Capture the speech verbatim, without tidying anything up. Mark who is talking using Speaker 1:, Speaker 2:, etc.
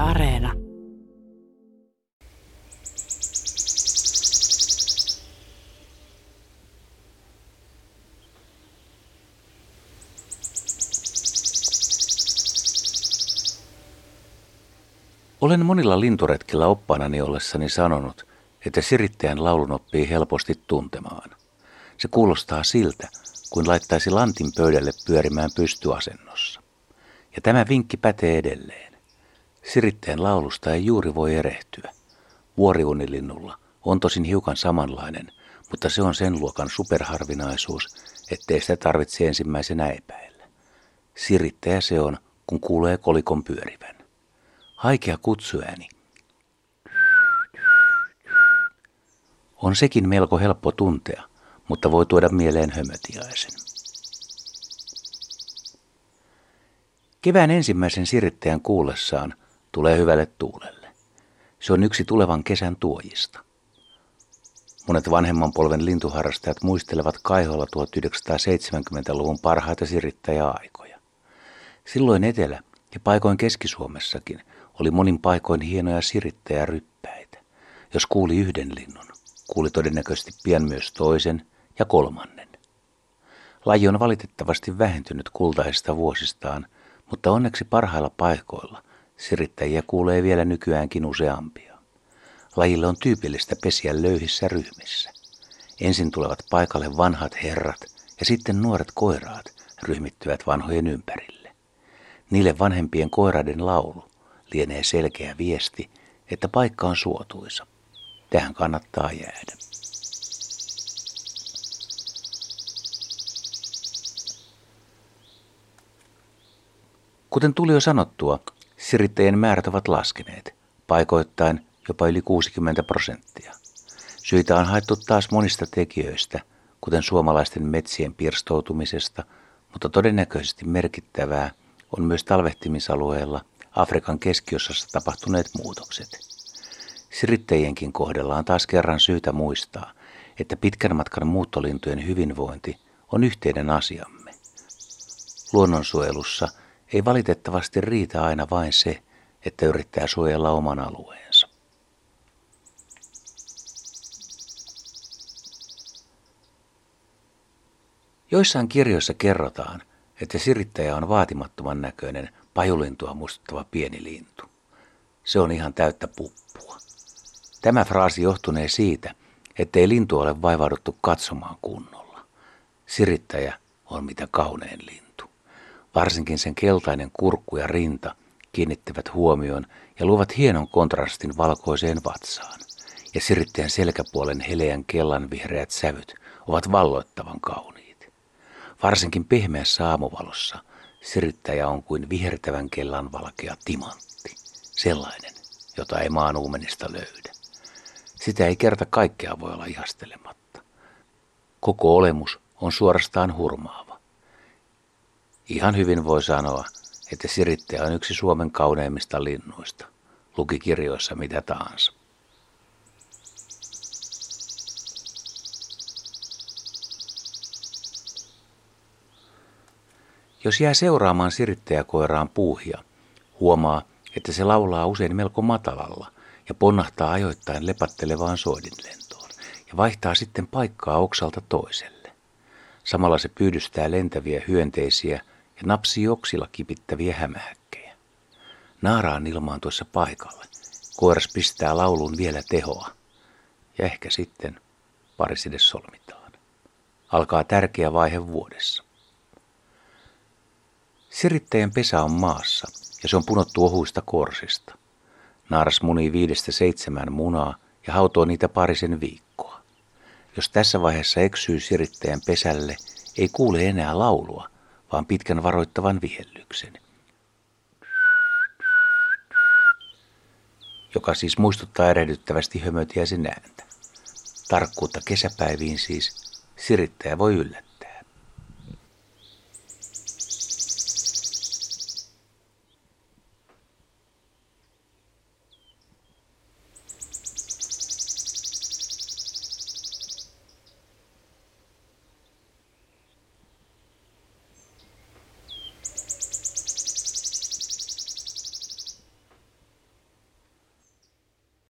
Speaker 1: Areena.
Speaker 2: Olen monilla linturetkillä oppaanani ollessani sanonut, että sirittäjän laulun oppii helposti tuntemaan. Se kuulostaa siltä, kuin laittaisi lantin pöydälle pyörimään pystyasennossa. Ja tämä vinkki pätee edelleen. Sirittäjän laulusta ei juuri voi erehtyä. Vuoriunilinnulla on tosin hiukan samanlainen, mutta se on sen luokan superharvinaisuus, ettei sitä tarvitse ensimmäisenä epäillä. Sirittäjä se on, kun kuulee kolikon pyörivän. Haikea kutsuääni on sekin melko helppo tuntea, mutta voi tuoda mieleen hömötiaisen. Kevään ensimmäisen sirittäjän kuullessaan tulee hyvälle tuulelle. Se on yksi tulevan kesän tuojista. Monet vanhemman polven lintuharrastajat muistelevat Kaiholla tuhatyhdeksänsataaseitsemänkymmentäluvun parhaita sirittäjäaikoja. Silloin Etelä- ja paikoin Keski-Suomessakin oli monin paikoin hienoja sirittäjäryppäitä. Jos kuuli yhden linnun, kuuli todennäköisesti pian myös toisen ja kolmannen. Laji on valitettavasti vähentynyt kultaisista vuosistaan, mutta onneksi parhailla paikoilla sirittäjiä kuulee vielä nykyäänkin useampia. Lajille on tyypillistä pesiä löyhissä ryhmissä. Ensin tulevat paikalle vanhat herrat ja sitten nuoret koiraat ryhmittyvät vanhojen ympärille. Niille vanhempien koiraiden laulu lienee selkeä viesti, että paikka on suotuisa. Tähän kannattaa jäädä. Kuten tuli jo sanottua, sirittäjien määrät ovat laskeneet, paikoittain jopa yli kuusikymmentä prosenttia. Syitä on haettu taas monista tekijöistä, kuten suomalaisten metsien pirstoutumisesta, mutta todennäköisesti merkittävää on myös talvehtimisalueella Afrikan keskiosassa tapahtuneet muutokset. Sirittäjienkin kohdalla on taas kerran syytä muistaa, että pitkän matkan muuttolintujen hyvinvointi on yhteinen asiamme. Luonnonsuojelussa ei valitettavasti riitä aina vain se, että yrittää suojella oman alueensa. Joissain kirjoissa kerrotaan, että sirittäjä on vaatimattoman näköinen pajulintua muistuttava pieni lintu. Se on ihan täyttä puppua. Tämä fraasi johtunee siitä, ettei lintua ole vaivauduttu katsomaan kunnolla. Sirittäjä on mitä kaunein lintu. Varsinkin sen keltainen kurkku ja rinta kiinnittävät huomion ja luovat hienon kontrastin valkoiseen vatsaan. Ja sirittäjän selkäpuolen heleän kellanvihreät sävyt ovat valloittavan kauniit. Varsinkin pehmeässä aamuvalossa sirittäjä on kuin vihertävän kellan valkea timantti. Sellainen, jota ei maan uumenista löydä. Sitä ei kerta kaikkea voi olla ihastelematta. Koko olemus on suorastaan hurmaava. Ihan hyvin voi sanoa, että sirittäjä on yksi Suomen kauneimmista linnuista. Luki kirjoissa mitä tahansa. Jos jää seuraamaan sirittäjäkoiraan puuhia, huomaa, että se laulaa usein melko matalalla ja ponnahtaa ajoittain lepattelevaan soidinlentoon ja vaihtaa sitten paikkaa oksalta toiselle. Samalla se pyydystää lentäviä hyönteisiä ja napsii oksilla kipittäviä hämähäkkejä. Naaraan ilmaantuessa paikalle koiras pistää lauluun vielä tehoa ja ehkä sitten pariside solmitaan. Alkaa tärkeä vaihe vuodessa. Sirittäjän pesä on maassa ja se on punottu ohuista korsista. Naaras munii viidestä seitsemään munaa ja hautoo niitä parisen viikkoa. Jos tässä vaiheessa eksyy sirittäjän pesälle, ei kuule enää laulua, vaan pitkän varoittavan vihellyksen, joka siis muistuttaa erehdyttävästi hömötiäisen ääntä. Tarkkuutta kesäpäiviin siis sirittäjä voi yllättää.